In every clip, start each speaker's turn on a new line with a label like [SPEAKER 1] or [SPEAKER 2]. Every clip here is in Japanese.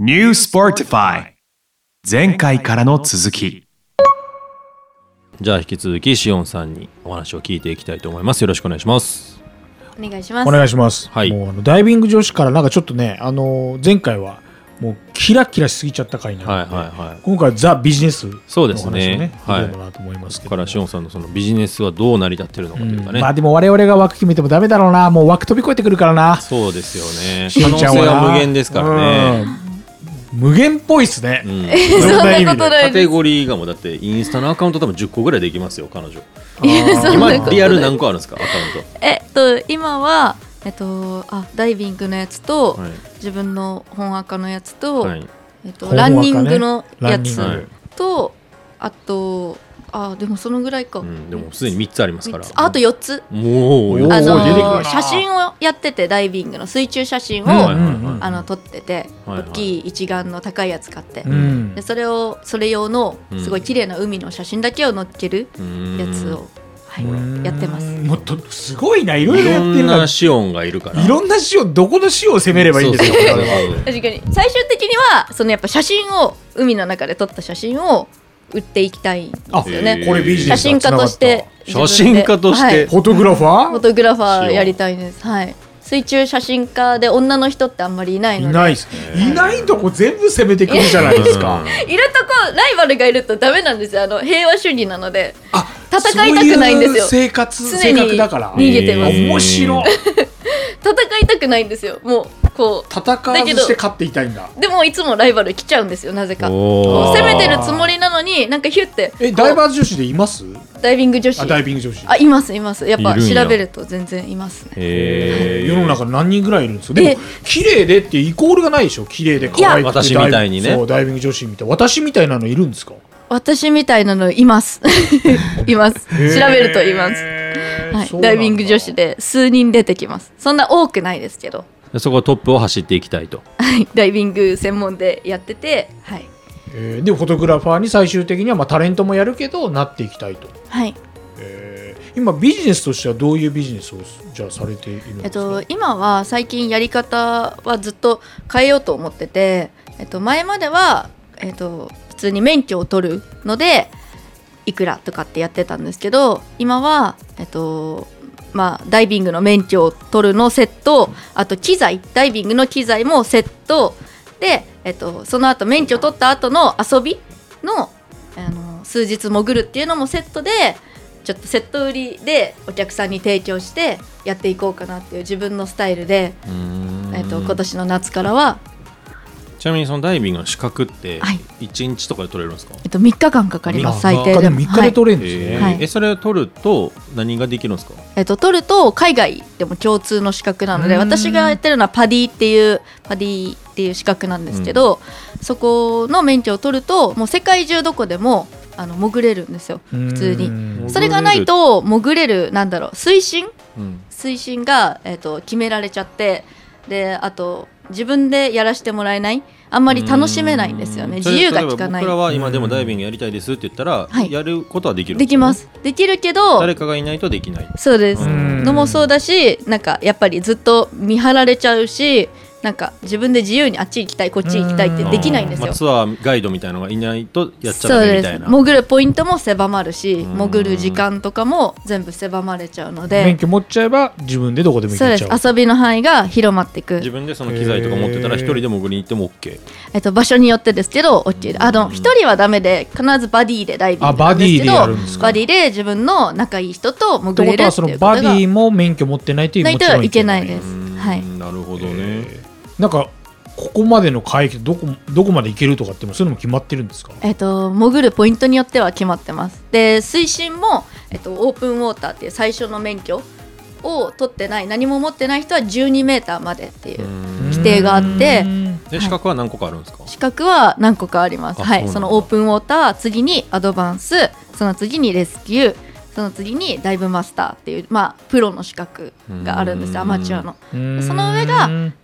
[SPEAKER 1] New Sportify 前回からの続き。
[SPEAKER 2] じゃあ引き続きシオンさんにお話を聞いていきたいと思います。よろしくお願いします。
[SPEAKER 3] お願いします。
[SPEAKER 4] お願いします、
[SPEAKER 2] はい、
[SPEAKER 4] もうダイビング女子からなんかちょっとね、前回はもうキラキラしすぎちゃった回なので、
[SPEAKER 2] はいはいはい、
[SPEAKER 4] 今回はザ・ビジネスの
[SPEAKER 2] そうです
[SPEAKER 4] お話をね
[SPEAKER 2] ね、
[SPEAKER 4] いこうかなと思いますけど、
[SPEAKER 2] だからシオンさんのそのビジネスはどう成り立ってるのかというかね、
[SPEAKER 4] まあでも我々が枠決めてもダメだろうな、もう枠飛び越えてくるからな。
[SPEAKER 2] そうですよね、
[SPEAKER 4] し
[SPEAKER 2] 可能性
[SPEAKER 4] んちゃんはな
[SPEAKER 2] は無限ですからね、
[SPEAKER 4] 無限っぽいっすね、
[SPEAKER 2] うん、
[SPEAKER 3] そんなことないです。
[SPEAKER 2] カテゴリーがもうだってインスタのアカウント多分10個ぐらいできますよ彼女。
[SPEAKER 3] そんなことない
[SPEAKER 2] 今リアル何個あるんですかアカウント。
[SPEAKER 3] 今はダイビングのやつと、
[SPEAKER 2] はい
[SPEAKER 3] 自分の本アカのやつと、
[SPEAKER 2] はい、
[SPEAKER 3] ランニングのやつ
[SPEAKER 4] ランニング
[SPEAKER 3] と、あとでもそのぐらいか、
[SPEAKER 2] うん、でもすでに3つありますから。
[SPEAKER 3] あと4つ、
[SPEAKER 2] もう
[SPEAKER 4] おー出てくるな
[SPEAKER 3] 写真をやってて、ダイビングの水中写真を、
[SPEAKER 2] はいはいはい
[SPEAKER 3] 撮ってて、
[SPEAKER 2] はいはい
[SPEAKER 3] 大きい一眼の高いやつ買って、
[SPEAKER 4] うん
[SPEAKER 3] でそれ用のすごい綺麗な海の写真だけを載っけるやつを、やってます。
[SPEAKER 4] もっとすごいな、いろい
[SPEAKER 2] いろ
[SPEAKER 4] ろやってるから、
[SPEAKER 2] んなシオンがいるから
[SPEAKER 4] いろんな塩、どこの塩を攻めればいいんですか。
[SPEAKER 2] そうそうそう
[SPEAKER 3] 確かに最終的にはそのやっぱ写真を、海の中で撮った写真を売っていきたいんですよね。
[SPEAKER 4] これビジネス
[SPEAKER 3] 写真家として自分で、
[SPEAKER 2] 写真家として
[SPEAKER 3] はい
[SPEAKER 4] フォトグラファ
[SPEAKER 3] フォトグラファーやりたいです。はい、水中写真家で女の人ってあんまりいない
[SPEAKER 4] ー
[SPEAKER 3] ので、
[SPEAKER 4] いないですね。いないとこ全部攻めてくるじゃないですか。
[SPEAKER 3] いるとこライバルがいるとダメなんですよ。平和主義なので
[SPEAKER 4] あ、
[SPEAKER 3] 戦いたくないんですよ。
[SPEAKER 4] そういう性
[SPEAKER 3] 常に
[SPEAKER 4] 格だから。
[SPEAKER 3] 逃げてます。
[SPEAKER 4] 面白い。
[SPEAKER 3] 戦いたくないんですよ。もうこう
[SPEAKER 4] 戦わずして勝っていたいんだ。
[SPEAKER 3] でもいつもライバル来ちゃうんですよ、なぜか。
[SPEAKER 2] おー
[SPEAKER 3] 攻めてるつもりなのになんかヒュってこう
[SPEAKER 4] ダイバーズ女子でいます？
[SPEAKER 3] ダイビング女子、
[SPEAKER 4] ダイビング女子。
[SPEAKER 3] いますいます。やっぱ
[SPEAKER 2] いるんや
[SPEAKER 3] 調べると全然いますね。
[SPEAKER 4] 世の中何人ぐらいいるんですか。でも綺麗でってイコールがないでしょ。綺麗で可愛くて
[SPEAKER 2] 私みたいにね。
[SPEAKER 4] そう、ダイビング女子みたい。私みたいなのいるんですか。
[SPEAKER 3] 私みたいなのいますいます。調べるといます。はい、ダイビング女子で数人出てきます。そんな多くないですけど、
[SPEAKER 2] そこはトップを走っていきたいと。
[SPEAKER 3] ダイビング専門でやってて、はい、
[SPEAKER 4] でフォトグラファーに最終的にはタレントもやるけどなっていきたいと。
[SPEAKER 3] はい。
[SPEAKER 4] 今ビジネスとしてはどういうビジネスをじゃあされているんですか。
[SPEAKER 3] 今は最近やり方はずっと変えようと思ってて、前までは、普通に免許を取るのでいくらとかってやってたんですけど、今は、ダイビングの免許を取るのセット、あと機材、ダイビングの機材もセットで、その後免許取った後の遊びの、数日潜るっていうのもセットで、ちょっとセット売りでお客さんに提供してやっていこうかなっていう自分のスタイルで、今年の夏からは。
[SPEAKER 2] ちなみにそのダイビングの資格って
[SPEAKER 3] はい
[SPEAKER 2] 1日とかで取れるんですか。
[SPEAKER 3] 3日間かかります。最低
[SPEAKER 4] で
[SPEAKER 3] でも
[SPEAKER 4] も3日で取れるんですね。
[SPEAKER 3] はい
[SPEAKER 2] それを取ると何ができるんですか。
[SPEAKER 3] 取ると海外でも共通の資格なので、私がやってるのはパディっていう資格なんですけど、そこの免許を取るともう世界中どこでも潜れるんですよ、普通に。それがないと潜れる水深が、決められちゃって、であと自分でやらせてもらえない、あんまり楽しめないんですよね。自由が利かない。
[SPEAKER 2] 僕らは今でもダイビングやりたいですって言ったら、やることはできるん
[SPEAKER 3] できます。できるけど
[SPEAKER 2] 誰かがいないとできない。
[SPEAKER 3] そうですのもそうだし、やっぱりずっと見張られちゃうし、自分で自由にあっち行きたいこっち行きたいってできないんですよ。
[SPEAKER 2] ツアーガイドみたいなのがいないとやっちゃダメみたいな。
[SPEAKER 3] 潜るポイントも狭まるし、潜る時間とかも全部狭まれちゃうので、
[SPEAKER 4] 免許持っちゃえば自分でどこでも行けちゃう。
[SPEAKER 3] そうです。遊びの範囲が広まっていく。
[SPEAKER 2] 自分でその機材とか持ってたら一人で潜りに行っても OK。
[SPEAKER 3] 場所によってですけど OK で、一人はダメで必ずバディでダイビングなんですけど、バディで自分の仲いい人と潜れるっていうことが。
[SPEAKER 4] ってことはそのバディも免許持ってないともちろん
[SPEAKER 3] いけないです。はい。
[SPEAKER 2] なるほどね。
[SPEAKER 4] ここまでの海域どこまで行けるとかってそういうのも決まってるんですか。
[SPEAKER 3] 潜るポイントによっては決まってます。で水深も、オープンウォーターっていう最初の免許を取ってない、何も持ってない人は12メーターまでっていう規定があって、
[SPEAKER 2] 資格は何個かあるんですか。
[SPEAKER 3] 資格は何個かあります。はい。そのオープンウォーター、次にアドバンス、その次にレスキュー、その次にダイブマスターっていう、プロの資格があるんです。アマチュアの。その上が、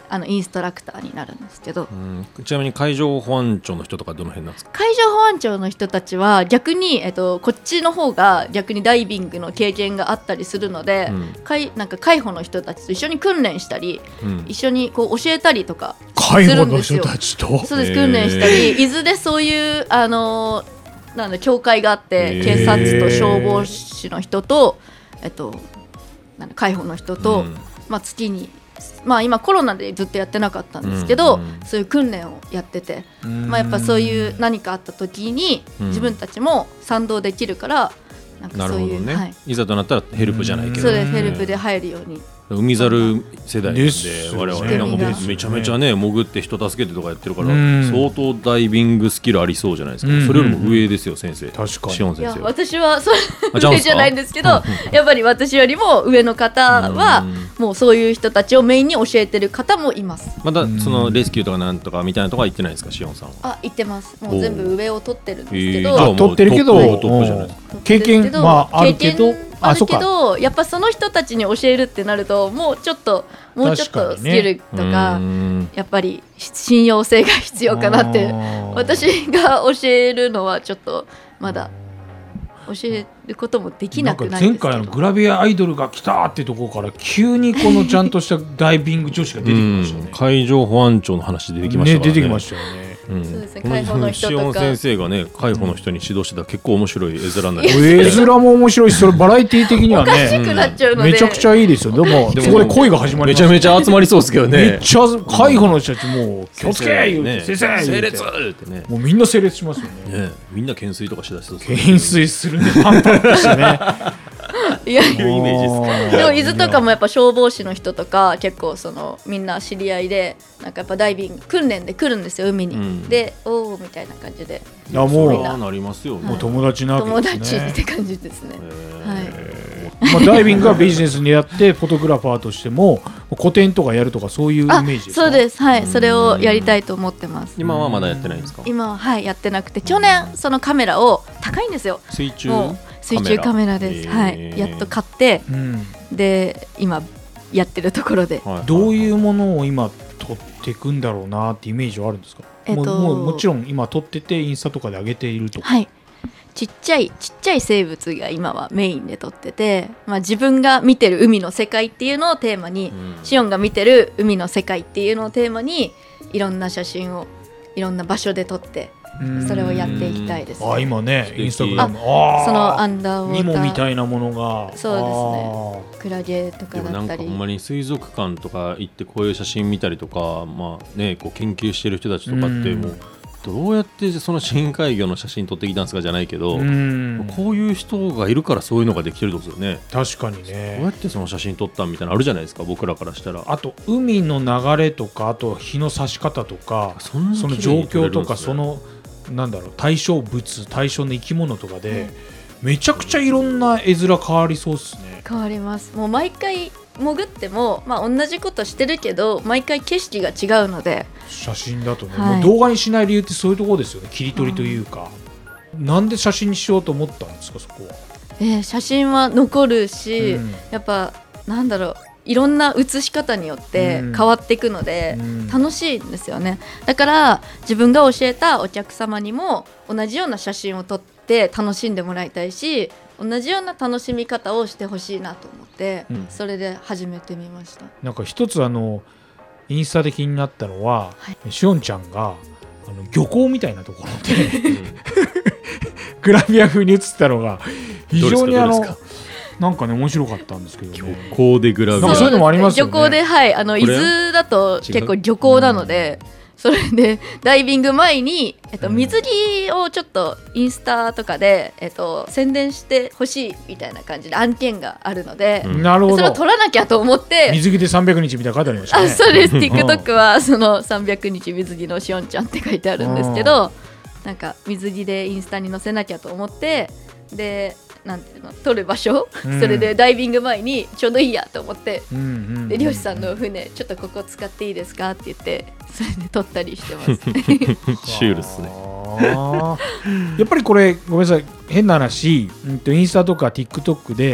[SPEAKER 3] インストラクターになるんですけど、
[SPEAKER 2] ちなみに海上保安庁の人とかどの辺なんですか？
[SPEAKER 3] 海上保安庁の人たちは逆に、こっちの方が逆にダイビングの経験があったりするので、なんか海保の人たちと一緒に訓練したり、一緒にこう教えたりとかす
[SPEAKER 4] 海保の
[SPEAKER 3] るんですよ。
[SPEAKER 4] 人たちと
[SPEAKER 3] そうです、訓練したり、伊豆でそういうなんだ教会があって、警察と消防士の人と、なんだ海保の人と、月に、今コロナでずっとやってなかったんですけど、そういう訓練をやってて、やっぱそういう何かあった時に自分たちも賛同できるから、なんかそういう、
[SPEAKER 2] なるほどね、いざとなったらヘルプじゃないけど、
[SPEAKER 3] そうです、ヘルプで入るように。
[SPEAKER 2] 海猿世代で我々
[SPEAKER 3] ね
[SPEAKER 2] なんかめちゃめちゃね潜って人助けてとかやってるから相当ダイビングスキルありそうじゃないですか。それよりも上ですよ先生。
[SPEAKER 4] 確かに。
[SPEAKER 2] シオン先生。
[SPEAKER 3] いや私はそれ上じゃないんですけど、やっぱり私よりも上の方はもうそういう人たちをメインに教えてる方もいます。
[SPEAKER 2] まだそのレスキューとかなんとかみたいなとこは行ってないですか、シオンさんは？
[SPEAKER 3] 行ってます。もう全部上を取ってるんですけど、
[SPEAKER 4] 取ってるけど
[SPEAKER 2] トップじゃないですか。
[SPEAKER 4] 経験あるけど、
[SPEAKER 3] あるけどやっぱその人たちに教えるってなるともうちょっとスキルとかやっぱり信用性が必要かなって、私が教えるのはちょっとまだ教えることもできなくないんですけど、
[SPEAKER 4] 前回のグラビアアイドルが来たってところから急にこのちゃんとしたダイビング女子が出てきましたね。
[SPEAKER 2] 海上保安庁の話出てきましたからね。
[SPEAKER 4] 出てきましたよね。
[SPEAKER 3] そうですね、
[SPEAKER 2] こ
[SPEAKER 3] 海保の
[SPEAKER 2] の
[SPEAKER 3] 人とか
[SPEAKER 2] シオン先生がね海保の人に指導してた結構面白い絵面になります
[SPEAKER 4] 絵面も面白いし、それバラエティ的には
[SPEAKER 3] おかし
[SPEAKER 4] ね
[SPEAKER 3] くなっちゃうので、
[SPEAKER 4] めちゃくちゃいいですよ。でもそこで恋が始まります。
[SPEAKER 2] めちゃめちゃ集まりそうですけどね。
[SPEAKER 4] めっちゃ海保の人たちもう気をつけ言うて、先生
[SPEAKER 2] 整
[SPEAKER 4] 言うて
[SPEAKER 2] 列ってね。
[SPEAKER 4] もうみんな整列しますよね。
[SPEAKER 2] ねみんな懸垂とかしだしそうです。
[SPEAKER 4] 懸垂するね、パンパンとしてね。
[SPEAKER 3] いや
[SPEAKER 2] いうイメージですか。
[SPEAKER 3] でも伊豆とかもやっぱ消防士の人とか結構みんな知り合いで、なんかやっぱダイビング訓練で来るんですよ、海に、でおーみたいな感じで、
[SPEAKER 4] もう
[SPEAKER 2] そうなりますよね。
[SPEAKER 4] もう友達なわ
[SPEAKER 3] 友
[SPEAKER 4] けですね。
[SPEAKER 3] 達って感じですね。
[SPEAKER 4] ダイビングがビジネスにやってフォトグラファーとしても個展とかやるとかそういうイメージですか？
[SPEAKER 3] そうです、はい、それをやりたいと思ってます。
[SPEAKER 2] 今はまだやってないんですか？
[SPEAKER 3] 今はやってなくて、去年そのカメラを高いんですよ。
[SPEAKER 2] 水中
[SPEAKER 3] カメラです、はい、やっと買って、で今やってるところで、
[SPEAKER 4] どういうものを今撮っていくんだろうなってイメージはあるんですか？もちろん今撮っててインスタとかで上げているとか、
[SPEAKER 3] はい、ちっちゃい生物が今はメインで撮ってて、自分が見てる海の世界っていうのをテーマに、シオンが見てる海の世界っていうのをテーマにいろんな写真をいろんな場所で撮ってそれをやっていきたいですね。
[SPEAKER 4] 今ねインスタグラム
[SPEAKER 3] そのアンダーウォーター
[SPEAKER 4] ニモみたいなものが、
[SPEAKER 3] そうですね、クラゲとかだったり、
[SPEAKER 2] なんかほんまに水族館とか行ってこういう写真見たりとか、こう研究してる人たちとかってもうどうやってその深海魚の写真撮ってきたんですかじゃないけど、こういう人がいるからそういうのができてるってことですよね。
[SPEAKER 4] 確かにね。
[SPEAKER 2] どうやってその写真撮ったみたいなのあるじゃないですか、僕らからしたら。
[SPEAKER 4] あと海の流れとか、あと日の差し方とか、その状況とか、そのなんだろう、対象物、対象の生き物とかで、めちゃくちゃいろんな絵面変わりそうですね。
[SPEAKER 3] 変わります。もう毎回潜っても、同じことしてるけど毎回景色が違うので、
[SPEAKER 4] 写真だとね、もう動画にしない理由ってそういうところですよね。切り取りというか、なんで写真にしようと思ったんですか、そこは。
[SPEAKER 3] 写真は残るし、やっぱなんだろう、いろんな写し方によって変わっていくので、楽しいんですよね。だから自分が教えたお客様にも同じような写真を撮って楽しんでもらいたいし、同じような楽しみ方をしてほしいなと思って、それで始めてみました。
[SPEAKER 4] なんか一つインスタで気になったのは、しおんちゃんが漁港みたいなところでグラビア風に写ったのが非常になんかね面白かったんですけどね。
[SPEAKER 2] 漁港でグラビア、
[SPEAKER 4] なんかそういうのもありますよね。
[SPEAKER 3] 漁港で、はい、伊豆だと結構漁港なので、それでダイビング前に、水着をちょっとインスタとかで、宣伝してほしいみたいな感じで案件があるので、
[SPEAKER 4] なるほど、
[SPEAKER 3] それを撮らなきゃと思って。
[SPEAKER 4] 水着で300日みたいな書いてありましたね。
[SPEAKER 3] そうです。TikTok はその300日水着のしおんちゃんって書いてあるんですけど、なんか水着でインスタに載せなきゃと思って、でなんていうの、撮る場所、それでダイビング前にちょうどいいやと思って、で漁師さんの船ちょっとここ使っていいですかって言って、それで撮ったりしてます。
[SPEAKER 2] シュールですね。
[SPEAKER 4] やっぱりこれごめんなさい、変な話、インスタとか TikTok で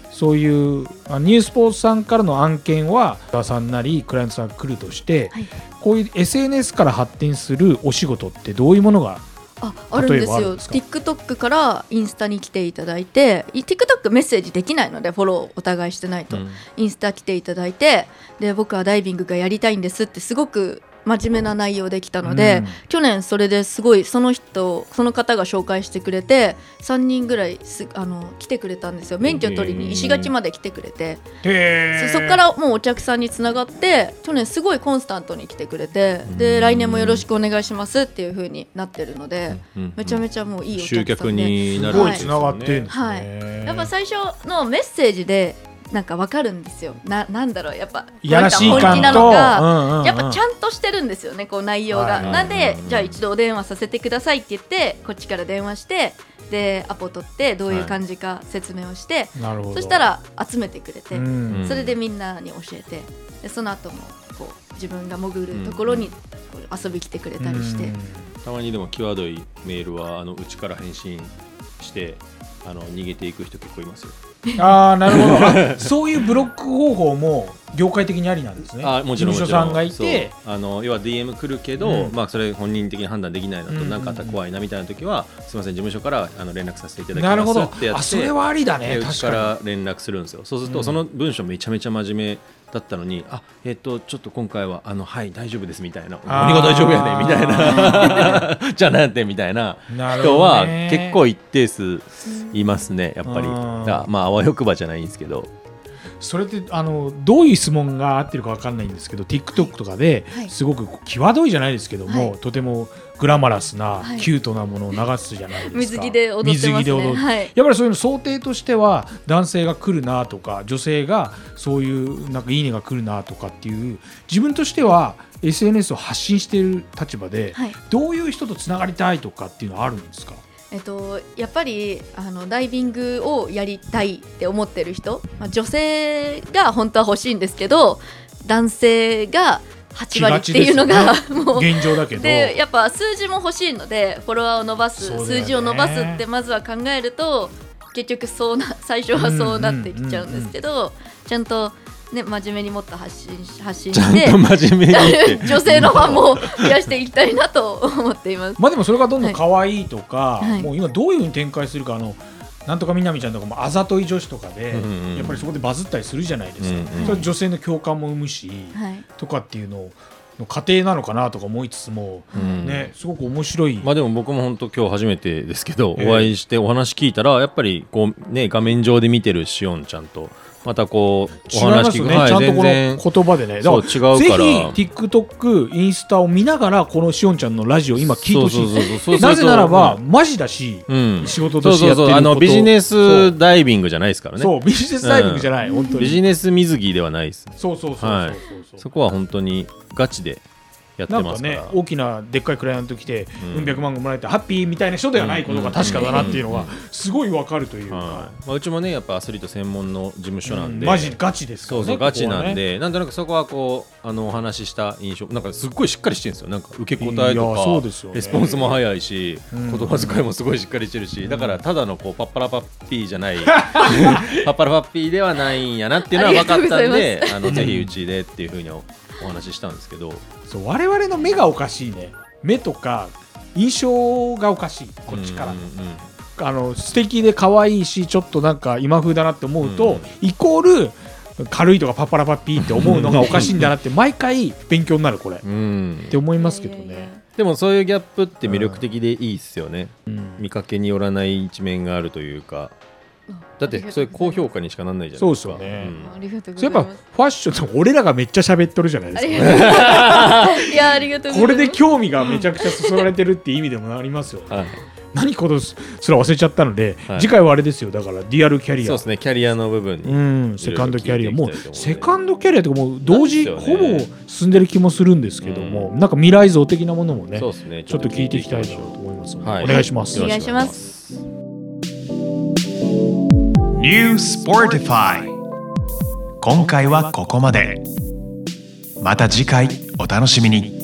[SPEAKER 4] そういうニュースポーツさんからの案件は田さんなりクライアントさんが来るとして、はい、こういう SNS から発展するお仕事ってどういうものが
[SPEAKER 3] あるんですよ。 TikTok からインスタに来ていただいて、 TikTok メッセージできないのでフォローお互いしてないと、インスタ来ていただいて、で僕はダイビングがやりたいんですってすごく真面目な内容で来たので、去年それですごいその方が紹介してくれて3人ぐらい来てくれたんですよ。免許取りに石垣まで来てくれて、そこからもうお客さんにつながって、去年すごいコンスタントに来てくれて、で来年もよろしくお願いしますっていう風になってるので、めちゃめちゃもういいお客さんで、
[SPEAKER 2] 集客になるわけですね。
[SPEAKER 4] すごいつながってるんですね、
[SPEAKER 3] はい、やっぱ最初のメッセージでなんか分かるんですよ。なんだろう、やっぱ
[SPEAKER 4] いやらしい感と
[SPEAKER 3] 本気なのか、やっぱちゃんとしてるんですよね、こう内容が。なんでじゃあ一度お電話させてくださいって言って、こっちから電話して、でアポ取ってどういう感じか説明をして、そしたら集めてくれて、それでみんなに教えて、でその後もこう自分が潜るところに遊び来てくれたりして、
[SPEAKER 2] たまにでも際どいメールはうちから返信して逃げていく人結構いますよ。
[SPEAKER 4] ああ、なるほど。そういうブロック方法も業界的にありなんですね。
[SPEAKER 2] もちろん
[SPEAKER 4] 事務所さんがいて、
[SPEAKER 2] 要は DM 来るけど、それ本人的に判断できないのと、なんかあったら怖いなみたいな時は、すみません事務所から連絡させていただきますってやって、なるほど、
[SPEAKER 4] それはありだね。
[SPEAKER 2] うちから連絡するんですよ。そうすると、その文章めちゃめちゃ真面目だったのに、ちょっと今回ははい大丈夫ですみたいな、何が大丈夫やねみたいなじゃあ何やってみたいな人は結構一定数いますね、やっぱり。あわよくばじゃないんですけど、
[SPEAKER 4] それってどういう質問が合ってるか分かんないんですけど、 TikTok とかですごく際どいじゃないですけども、とてもグラマラスな、キュートなものを流すじゃないですか。
[SPEAKER 3] 水着で踊ってますね。
[SPEAKER 4] やっぱりそういうの想定としては、男性が来るなとか女性がそういうなんかいいねが来るなとかっていう、自分としては SNS を発信している立場で、どういう人とつながりたいとかっていうのはあるんですか？
[SPEAKER 3] やっぱりダイビングをやりたいって思ってる人、女性が本当は欲しいんですけど、男性が8割っていうのがもう
[SPEAKER 4] 現状だけど、
[SPEAKER 3] でやっぱ数字も欲しいので、フォロワーを伸ばす、数字を伸ばすってまずは考えると、結局最初はそうなってきちゃうんですけど、ちゃんとね、真面目にもっと発信して
[SPEAKER 2] ちゃんと真面目に
[SPEAKER 3] 女性のファンも増やしていきたいなと思っています。
[SPEAKER 4] でもそれがどんどん可愛いとか、もう今どういう風に展開するか、なんとかみなみちゃんとかもあざとい女子とかで、やっぱりそこでバズったりするじゃないですか。それ女性の共感も生むし、とかっていうのの過程なのかなとか思いつつも、すごく面白い。
[SPEAKER 2] でも僕も本当今日初めてですけど、お会いしてお話聞いたら、やっぱりこうね、画面上で見てるしおんちゃんとまたこうお話聞く、
[SPEAKER 4] ちゃんとこの言葉でね、だから
[SPEAKER 2] 違うから、
[SPEAKER 4] ぜひ TikTok、インスタを見ながらこのしおんちゃんのラジオ今聞いてほしい。なぜならばマジだし、仕事としてやってること、
[SPEAKER 2] ビジネスダイビングじゃないですからね。
[SPEAKER 4] そうビジネスダイビングじゃない、本当に
[SPEAKER 2] ビジネス水着ではないです。
[SPEAKER 4] そう、
[SPEAKER 2] そこは本当にガチでやってますから。
[SPEAKER 4] なんかね、大きなでっかいクライアント来て、百万もらえてハッピーみたいな人ではないことが確かだなっていうのがすごい分かるというか、
[SPEAKER 2] うちもねやっぱアスリート専門の事務所なんで、
[SPEAKER 4] マジガチですからね。
[SPEAKER 2] そうガチなんで、なんとなくそこはこうお話しした印象、なんかすっごいしっかりしてるんですよ。なんか受け答えとかレスポンスも早いし、言葉遣いもすごいしっかりしてるし、だからただのこうパッパラパッピーじゃないパッパラパッピーではないんやなっていうのは分かったんで、ぜひうちでっていうふうにお話ししたんですけど、
[SPEAKER 4] そう我々の目がおかしいね。目とか印象がおかしい、こっちから、素敵で可愛いし、ちょっとなんか今風だなって思うと、イコール軽いとかパッパラパッピーって思うのがおかしいんだなって毎回勉強になるこれ、って思いますけどね。
[SPEAKER 2] でもそういうギャップって魅力的でいいっすよね。見かけによらない一面があるというか、だってそれ高評価にしかなんないじゃないですか。
[SPEAKER 4] そうですよね。やっぱファッションって俺らがめっちゃ喋っとるじゃないですか。
[SPEAKER 3] いや、ありがとうございます。
[SPEAKER 4] これで興味がめちゃくちゃそそられてるって意味でもありますよね。何ことすら忘れちゃったので、次回はあれですよ。だからデュアルキャリア、
[SPEAKER 2] そうですね、キャリアの部分に、
[SPEAKER 4] セカンドキャリア、もうセカンドキャリアとかもう同時ほぼ進んでる気もするんですけども、なんか未来像的なものもね、ちょっと聞いていきたいなと思いますので、お願いします。
[SPEAKER 3] お願いします。
[SPEAKER 1] New Sportify。今回はここまで。また次回お楽しみに。